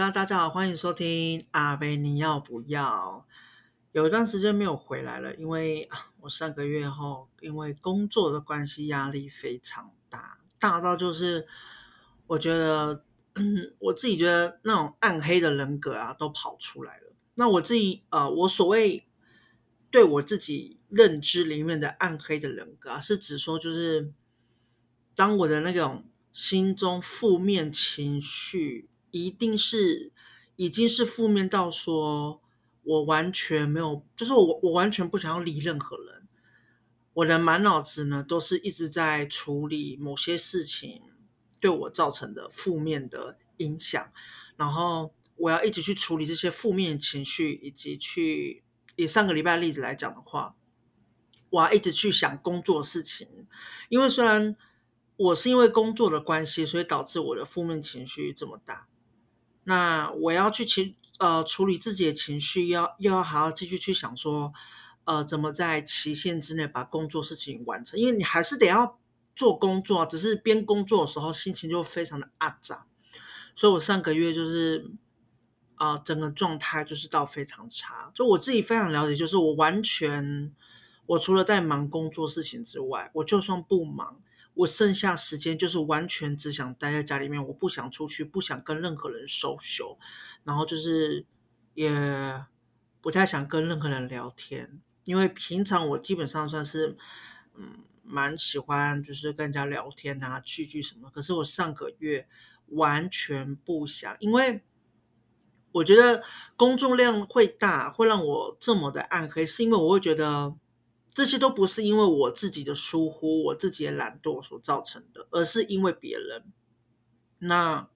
Hello，大家好，欢迎收听阿贝你要不要？有一段时间没有回来了，因为我上个月后因为工作的关系压力非常大，大到就是我觉得，我自己觉得那种暗黑的人格都跑出来了。那我自己我所谓对我自己认知里面的暗黑的人格是指说就是当我的那种心中负面情绪已经是负面到说我完全没有，就是我完全不想要理任何人，我的满脑子呢都是一直在处理某些事情对我造成的负面的影响，然后我要一直去处理这些负面情绪，以及以上个礼拜的例子来讲的话，我要一直去想工作的事情，因为虽然我是因为工作的关系，所以导致我的负面情绪这么大，那我要去处理自己的情绪，又要还要继续去想说，怎么在期限之内把工作事情完成，因为你还是得要做工作，只是边工作的时候心情就非常的阿杂，所以我上个月就是整个状态就是到非常差，就我自己非常了解，就是我除了在忙工作事情之外，我就算不忙，我剩下时间就是完全只想待在家里面，我不想出去，不想跟任何人social，然后就是也不太想跟任何人聊天，因为平常我基本上算是蛮喜欢就是跟人家聊天聚聚什么，可是我上个月完全不想，因为我觉得工作量会大，会让我这么的暗黑，是因为我会觉得这些都不是因为我自己的疏忽、我自己的懒惰所造成的，而是因为别人。那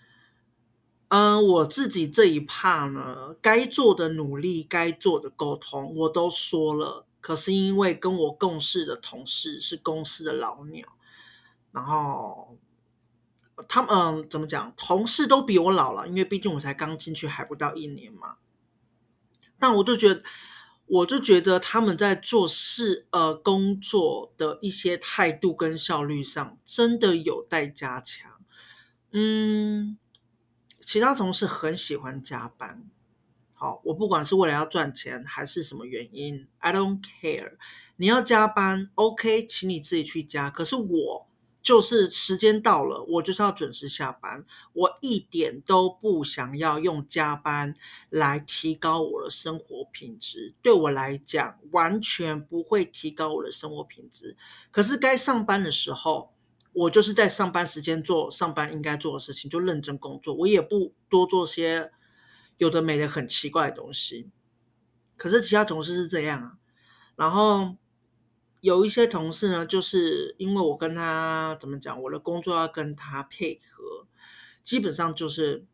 我自己这一 part 呢，该做的努力、该做的沟通我都说了，可是因为跟我共事的同事是公司的老鸟，然后他们怎么讲，同事都比我老了，因为毕竟我才刚进去还不到1年嘛。但我就觉得他们在做事工作的一些态度跟效率上，真的有待加强。嗯，其他同事很喜欢加班，好，我不管是为了要赚钱还是什么原因，I don't care。你要加班，OK，请你自己去加。可是我就是时间到了，我就是要准时下班，我一点都不想要用加班来提高我的生活品质。对我来讲，完全不会提高我的生活品质。可是该上班的时候，我就是在上班时间做上班应该做的事情，就认真工作，我也不多做些有的没的很奇怪的东西。可是其他同事是这样然后有一些同事呢，就是因为我跟他怎么讲，我的工作要跟他配合，基本上就是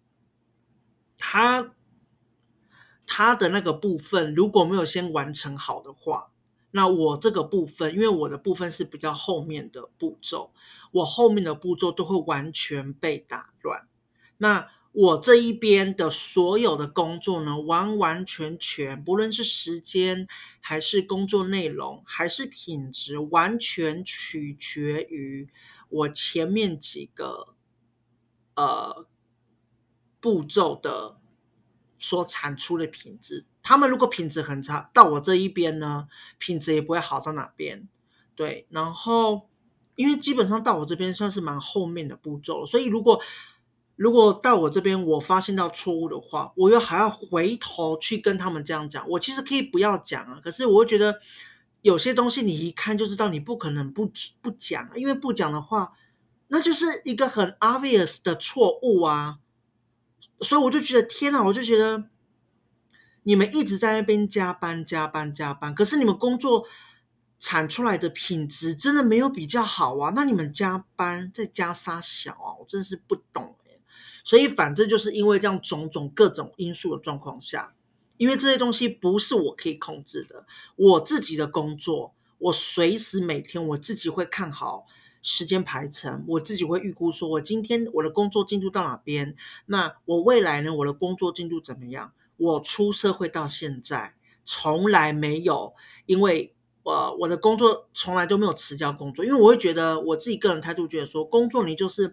他他的那个部分如果没有先完成好的话，那我这个部分，因为我的部分是比较后面的步骤，我后面的步骤都会完全被打乱。那我这一边的所有的工作呢，完完全全，不论是时间还是工作内容还是品质，完全取决于我前面几个呃步骤的所产出的品质。他们如果品质很差，到我这一边呢，品质也不会好到哪边。对，然后因为基本上到我这边算是蛮后面的步骤，所以如果到我这边我发现到错误的话，我又还要回头去跟他们这样讲。我其实可以不要讲可是我会觉得有些东西你一看就知道你不可能不讲因为不讲的话，那就是一个很 obvious 的错误所以我就觉得天哪，我就觉得你们一直在那边加班，可是你们工作产出来的品质真的没有比较好那你们加班再加杀小我真的是不懂所以反正就是因为这样种种各种因素的状况下，因为这些东西不是我可以控制的，我自己的工作，我随时每天我自己会看好时间排程，我自己会预估说我今天我的工作进度到哪边，那我未来呢我的工作进度怎么样，我出社会到现在从来没有因为我的工作从来都没有辞掉工作，因为我会觉得我自己个人态度觉得说，工作你就是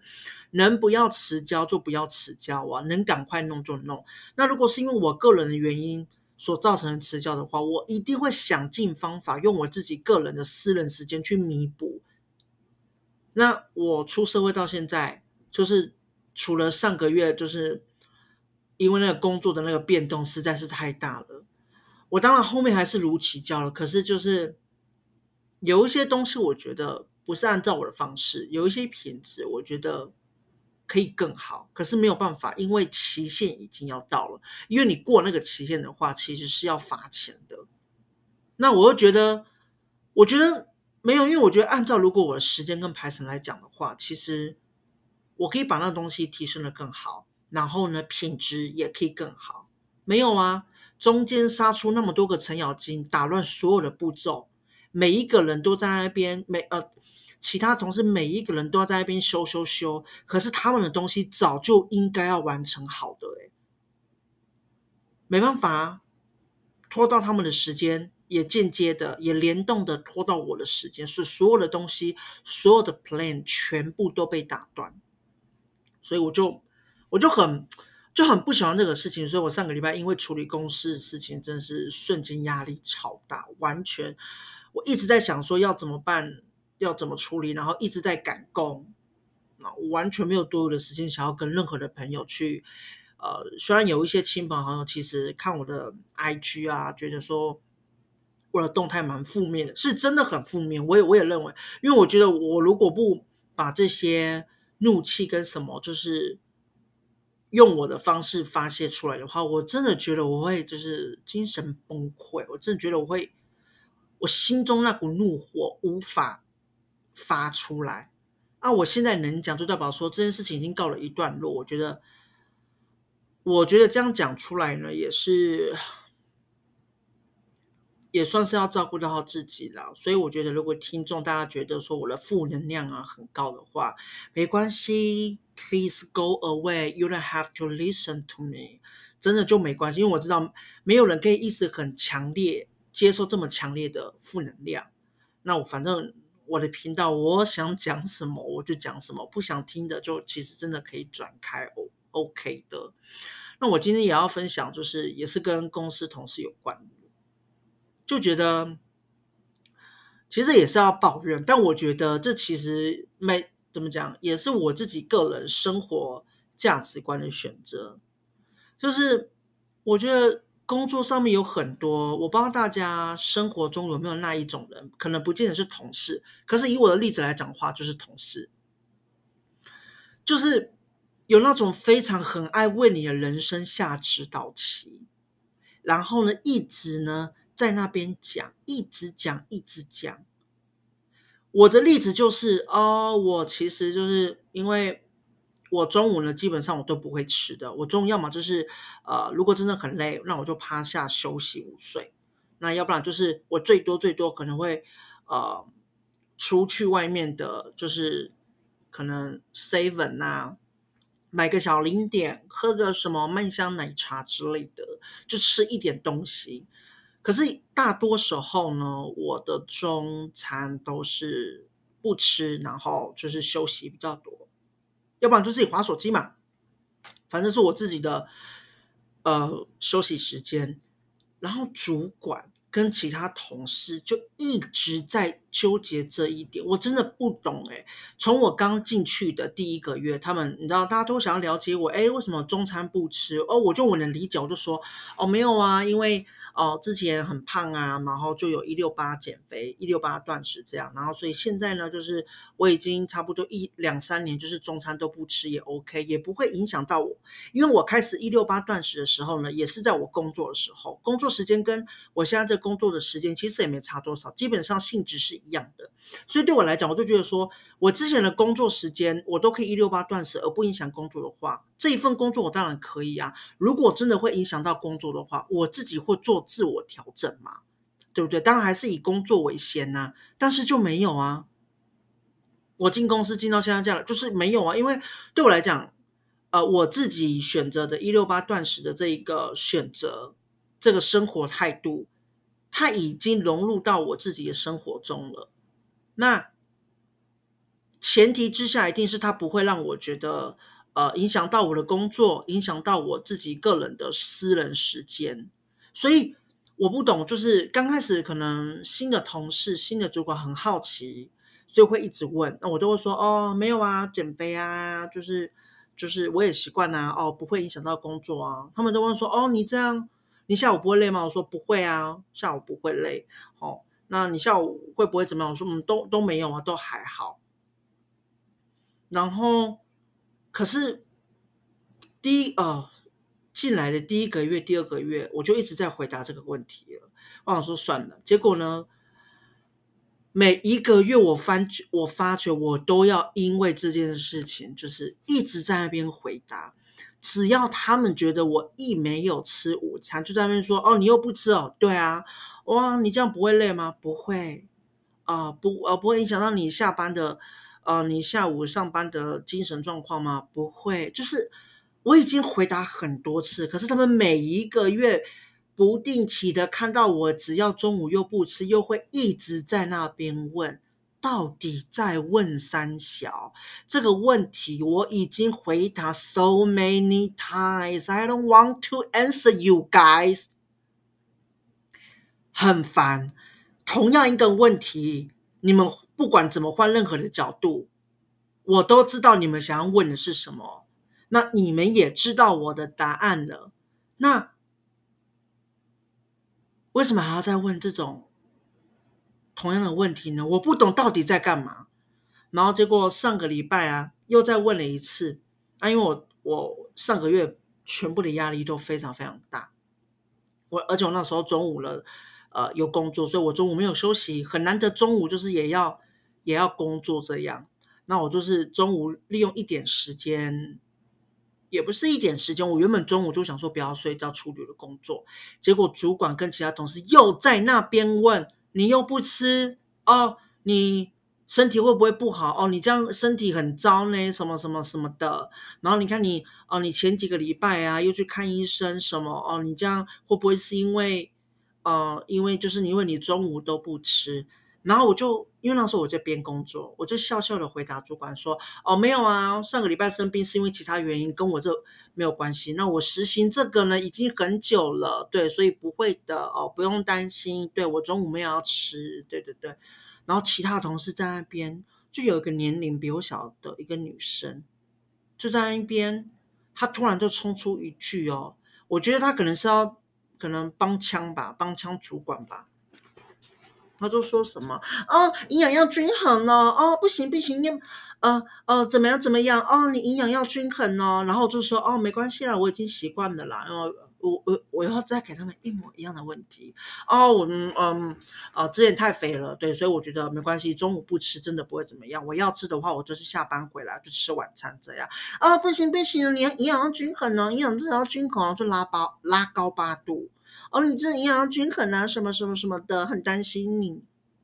能不要迟交就不要迟交啊，能赶快弄就弄。那如果是因为我个人的原因所造成的迟交的话，我一定会想尽方法用我自己个人的私人时间去弥补。那我出社会到现在，就是除了上个月，就是因为那个工作的那个变动实在是太大了，我当然后面还是如期交了，可是就是有一些东西我觉得不是按照我的方式，有一些品质我觉得可以更好，可是没有办法，因为期限已经要到了，因为你过那个期限的话，其实是要罚钱的。那我又觉得，我觉得没有，因为我觉得按照如果我的时间跟排程来讲的话，其实我可以把那东西提升的更好，然后呢品质也可以更好。没有啊，中间杀出那么多个程咬金，打乱所有的步骤，每一个人都在那边，其他同事每一个人都要在那边修，可是他们的东西早就应该要完成好的，没办法啊，拖到他们的时间，也间接的也联动的拖到我的时间，所以所有的东西，所有的 plan 全部都被打断，所以我就很不喜欢这个事情，所以我上个礼拜因为处理公司的事情，真的是瞬间压力超大，完全我一直在想说要怎么办，要怎么处理，然后一直在赶工，我完全没有多余的时间想要跟任何的朋友去，虽然有一些亲朋好友其实看我的 IG 啊，觉得说我的动态蛮负面的，是真的很负面，我也认为，因为我觉得我如果不把这些怒气跟什么，就是用我的方式发泄出来的话，我真的觉得我会就是精神崩溃，我真的觉得我心中那股怒火无法发出来。啊，我现在能讲，就代表说这件事情已经告了一段落。我觉得这样讲出来呢，也算是要照顾到自己了。所以我觉得，如果听众大家觉得说我的负能量啊很高的话，没关系，please go away. You don't have to listen to me. 真的就没关系，因为我知道没有人可以一直很强烈接受这么强烈的负能量。那反正我的频道，我想讲什么我就讲什么，不想听的就其实真的可以转开，OK 的。那我今天也要分享，就是也是跟公司同事有关，就觉得其实也是要抱怨，但我觉得这其实怎么讲，也是我自己个人生活价值观的选择。就是我觉得工作上面有很多，我不知道大家生活中有没有那一种人，可能不见得是同事，可是以我的例子来讲的话，就是同事，就是有那种非常很爱为你的人生下指导棋，然后呢一直呢在那边讲，一直讲，一直讲。我的例子就是我其实就是因为我中午呢基本上我都不会吃的，我中午要么就是如果真的很累，那我就趴下休息午睡，那要不然就是我最多可能会呃出去外面的，就是可能 Seven 啊，买个小零点，喝个什么麦香奶茶之类的，就吃一点东西。可是大多时候呢，我的中餐都是不吃，然后就是休息比较多，要不然就自己划手机嘛，反正是我自己的休息时间。然后主管跟其他同事就一直在纠结这一点，我真的不懂从我刚进去的第一个月，他们你知道大家都想要了解我，为什么中餐不吃？我能理解，我就说没有啊，因为之前很胖啊，然后就有168减肥，168断食这样，然后所以现在呢，就是我已经差不多2-3年，就是中餐都不吃也 OK，也不会影响到我，因为我开始168断食的时候呢，也是在我工作的时候，工作时间跟我现在这工作的时间其实也没差多少，基本上性质是一样的，所以对我来讲，我就觉得说我之前的工作时间我都可以168断食而不影响工作的话，这一份工作我当然可以啊，如果真的会影响到工作的话，我自己会做自我调整嘛，对不对？当然还是以工作为先啊，但是就没有啊，我进公司进到现在这样，就是没有啊，因为对我来讲，我自己选择的168断食的这一个选择，这个生活态度，它已经融入到我自己的生活中了。那前提之下一定是他不会让我觉得影响到我的工作，影响到我自己个人的私人时间。所以我不懂，就是刚开始可能新的同事、新的主管很好奇，所以会一直问，那我都会说哦没有啊，减肥啊，就是我也习惯啊，哦不会影响到工作啊。他们都问说哦你这样你下午不会累吗？我说不会啊，下午不会累。哦，那你下午会不会怎么样？我说都没有啊，都还好。然后可是进来的第一个月、第二个月，我就一直在回答这个问题了。我想说算了，结果呢，每一个月我发觉我都要因为这件事情，就是一直在那边回答。只要他们觉得我一没有吃午餐，就在那边说哦，你又不吃哦，对啊，哇，你这样不会累吗？不会，不会影响到你下班的你下午上班的精神状况吗？不会，就是我已经回答很多次，可是他们每一个月不定期的看到我，只要中午又不吃，又会一直在那边问，到底在问三小？这个问题我已经回答 so many times, I don't want to answer you guys。很烦。同样一个问题，你们不管怎么换任何的角度，我都知道你们想要问的是什么，那你们也知道我的答案了，那为什么还要再问这种同样的问题呢？我不懂到底在干嘛。然后结果上个礼拜啊，又再问了一次，因为我上个月全部的压力都非常非常大，而且我那时候中午了，有工作，所以我中午没有休息，很难得中午就是也要工作这样。那我就是中午利用一点时间，也不是一点时间，我原本中午就想说不要睡觉处理的工作，结果主管跟其他同事又在那边问，你又不吃哦，你身体会不会不好哦？你这样身体很糟呢，什么什么什么的。然后你看你哦，你前几个礼拜啊又去看医生什么哦，你这样会不会是因为就是因为你中午都不吃？然后因为那时候我在边工作，我就笑笑的回答主管说，哦没有啊，上个礼拜生病是因为其他原因，跟我这没有关系。那我实行这个呢已经很久了，对，所以不会的哦，不用担心。对，我中午没有要吃，对对对。然后其他同事在那边，就有一个年龄比我小的一个女生，就在那边，她突然就冲出一句哦，我觉得她可能帮腔吧，帮腔主管吧。他就说什么哦，营养要均衡哦，哦不行不行，怎么样怎么样哦，你营养要均衡哦，然后就说哦没关系啦，我已经习惯了啦，然后我要再给他们一模一样的问题哦，之前太肥了，对，所以我觉得没关系，中午不吃真的不会怎么样，我要吃的话，我就是下班回来就吃晚餐这样啊，不行不行，你营养要均衡哦，营养真的要均衡哦，就拉高8度。哦，你这营养要均衡啊，什么什么什么的，很担心你。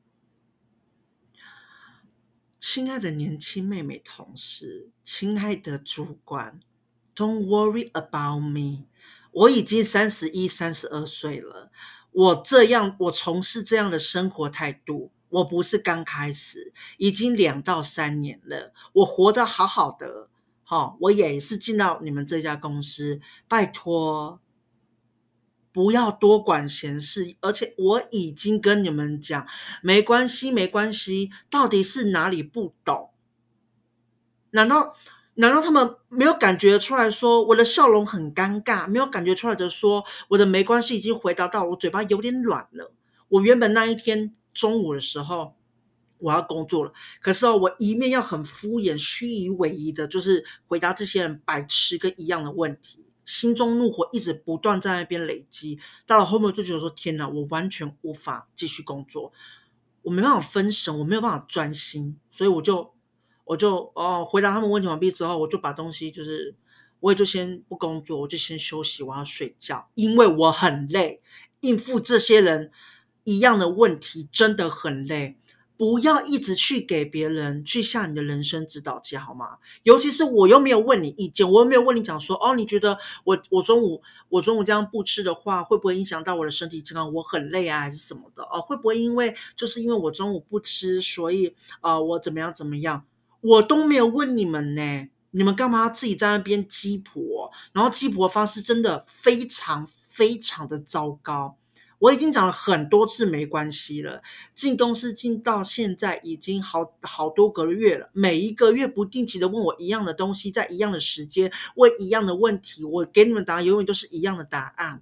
亲爱的年轻妹妹同事，亲爱的主管，Don't worry about me。我已经31、32岁了，我从事这样的生活态度，我不是刚开始，已经2到3年了，我活得好好的，我也是进到你们这家公司，拜托，不要多管闲事，而且我已经跟你们讲，没关系，没关系，到底是哪里不懂？难道他们没有感觉出来说我的笑容很尴尬，没有感觉出来的说我的没关系已经回答到我嘴巴有点软了。我原本那一天中午的时候我要工作了，可是我一面要很敷衍虚以委蛇的，就是回答这些人白痴跟一样的问题，心中怒火一直不断在那边累积，到了后面就觉得说天哪，我完全无法继续工作，我没办法分神，我没有办法专心，所以我就回答他们问题完毕之后，我就把东西我也就先不工作，我就先休息，我要睡觉，因为我很累，应付这些人一样的问题真的很累。不要一直去给别人去下你的人生指导棋好吗？尤其是我又没有问你意见，我又没有问你讲说，哦，你觉得我中午这样不吃的话，会不会影响到我的身体健康？我很累啊，还是什么的？会不会因为我中午不吃，所以我怎么样怎么样？ 我都没有问你们呢，你们干嘛自己在那边鸡婆？然后鸡婆的方式真的非常非常的糟糕。我已经讲了很多次没关系了，进公司进到现在已经好多个月了，每一个月不定期的问我一样的东西，在一样的时间问一样的问题，我给你们答案永远都是一样的答案。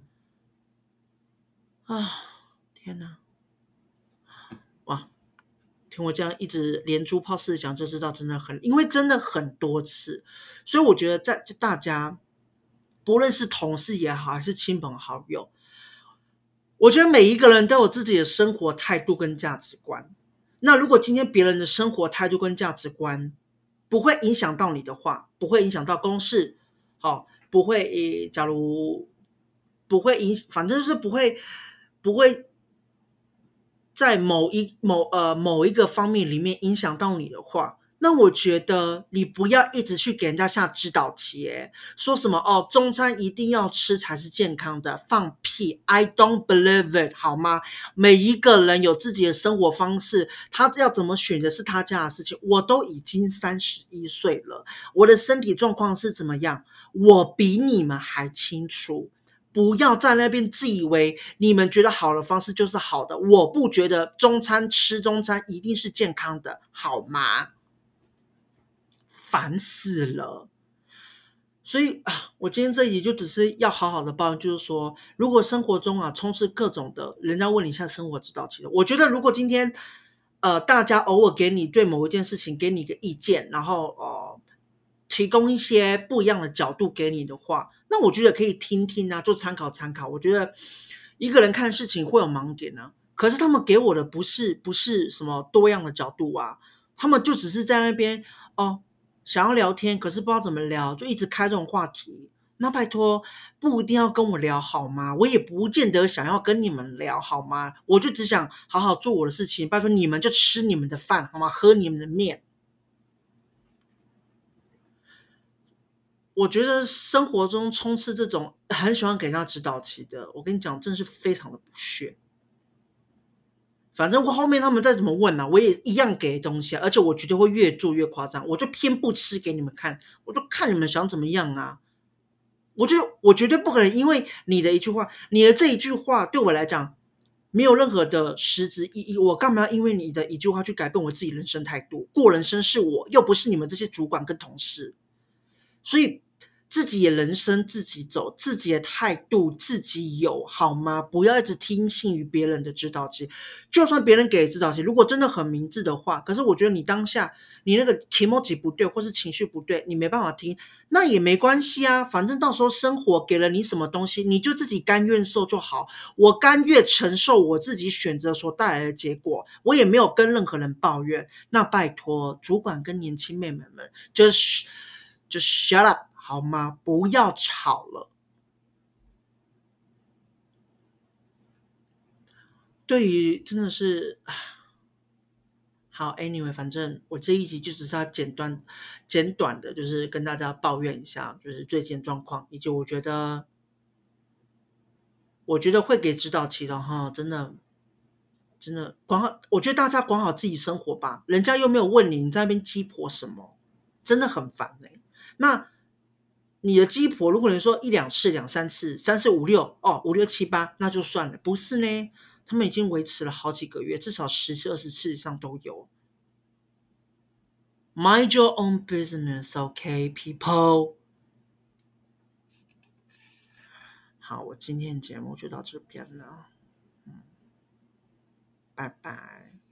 啊，天哪！哇，听我这样一直连珠炮似的讲，就知道真的因为真的很多次，所以我觉得在大家不论是同事也好，还是亲朋好友，我觉得每一个人都有自己的生活态度跟价值观。那如果今天别人的生活态度跟价值观不会影响到你的话，不会影响到公事，好，不会，假如不会反正就是不会在某一个方面里面影响到你的话，那我觉得你不要一直去给人家下指导棋，说什么中餐一定要吃才是健康的，放屁 ，I don't believe it， 好吗？每一个人有自己的生活方式，他要怎么选择是他家的事情。我都已经31岁了，我的身体状况是怎么样，我比你们还清楚。不要在那边自以为你们觉得好的方式就是好的，我不觉得吃中餐一定是健康的，好吗？烦死了。所以我今天这一集就只是要好好的抱怨，就是说，如果生活中充斥各种的人家问你一下生活指导期的，我觉得如果今天大家偶尔给你对某一件事情给你一个意见，然后提供一些不一样的角度给你的话，那我觉得可以听听啊，做参考参考。我觉得一个人看事情会有盲点啊，可是他们给我的不是什么多样的角度啊，他们就只是在那边想要聊天，可是不知道怎么聊，就一直开这种话题。那拜托，不一定要跟我聊好吗？我也不见得想要跟你们聊好吗？我就只想好好做我的事情。拜托你们就吃你们的饭好吗？喝你们的面。我觉得生活中充斥这种很喜欢给人家指导棋的，我跟你讲，真的是非常的不屑。反正我后面他们再怎么问我也一样给东西而且我绝对会越做越夸张，我就偏不吃给你们看，我就看你们想怎么样啊。我绝对不可能因为你的一句话，你的这一句话对我来讲没有任何的实质意义，我干嘛要因为你的一句话去改变我自己人生态度？过人生是我，又不是你们这些主管跟同事。所以自己的人生自己走，自己的态度自己有，好吗？不要一直听信于别人的指导期。就算别人给指导期，如果真的很明智的话，可是我觉得你当下你那个 emoji 不对，或是情绪不对，你没办法听，那也没关系啊。反正到时候生活给了你什么东西，你就自己甘愿受就好。我甘愿承受我自己选择所带来的结果，我也没有跟任何人抱怨。那拜托主管跟年轻妹妹们，就 shut up 好吗？不要吵了。对于真的是好 anyway， 反正我这一集就只是要简短的，就是跟大家抱怨一下，就是最近状况，以及我觉得会给指导期的哈，真的管好，我觉得大家管好自己生活吧，人家又没有问你，你在那边鸡婆什么，真的很烦那你的鸡婆，如果你说一两次、两三次、三四五六，五六七八，那就算了。不是呢，他们已经维持了好几个月，至少10次、20次以上都有。Mind your own business, OK, people。好，我今天的节目就到这边了，拜拜。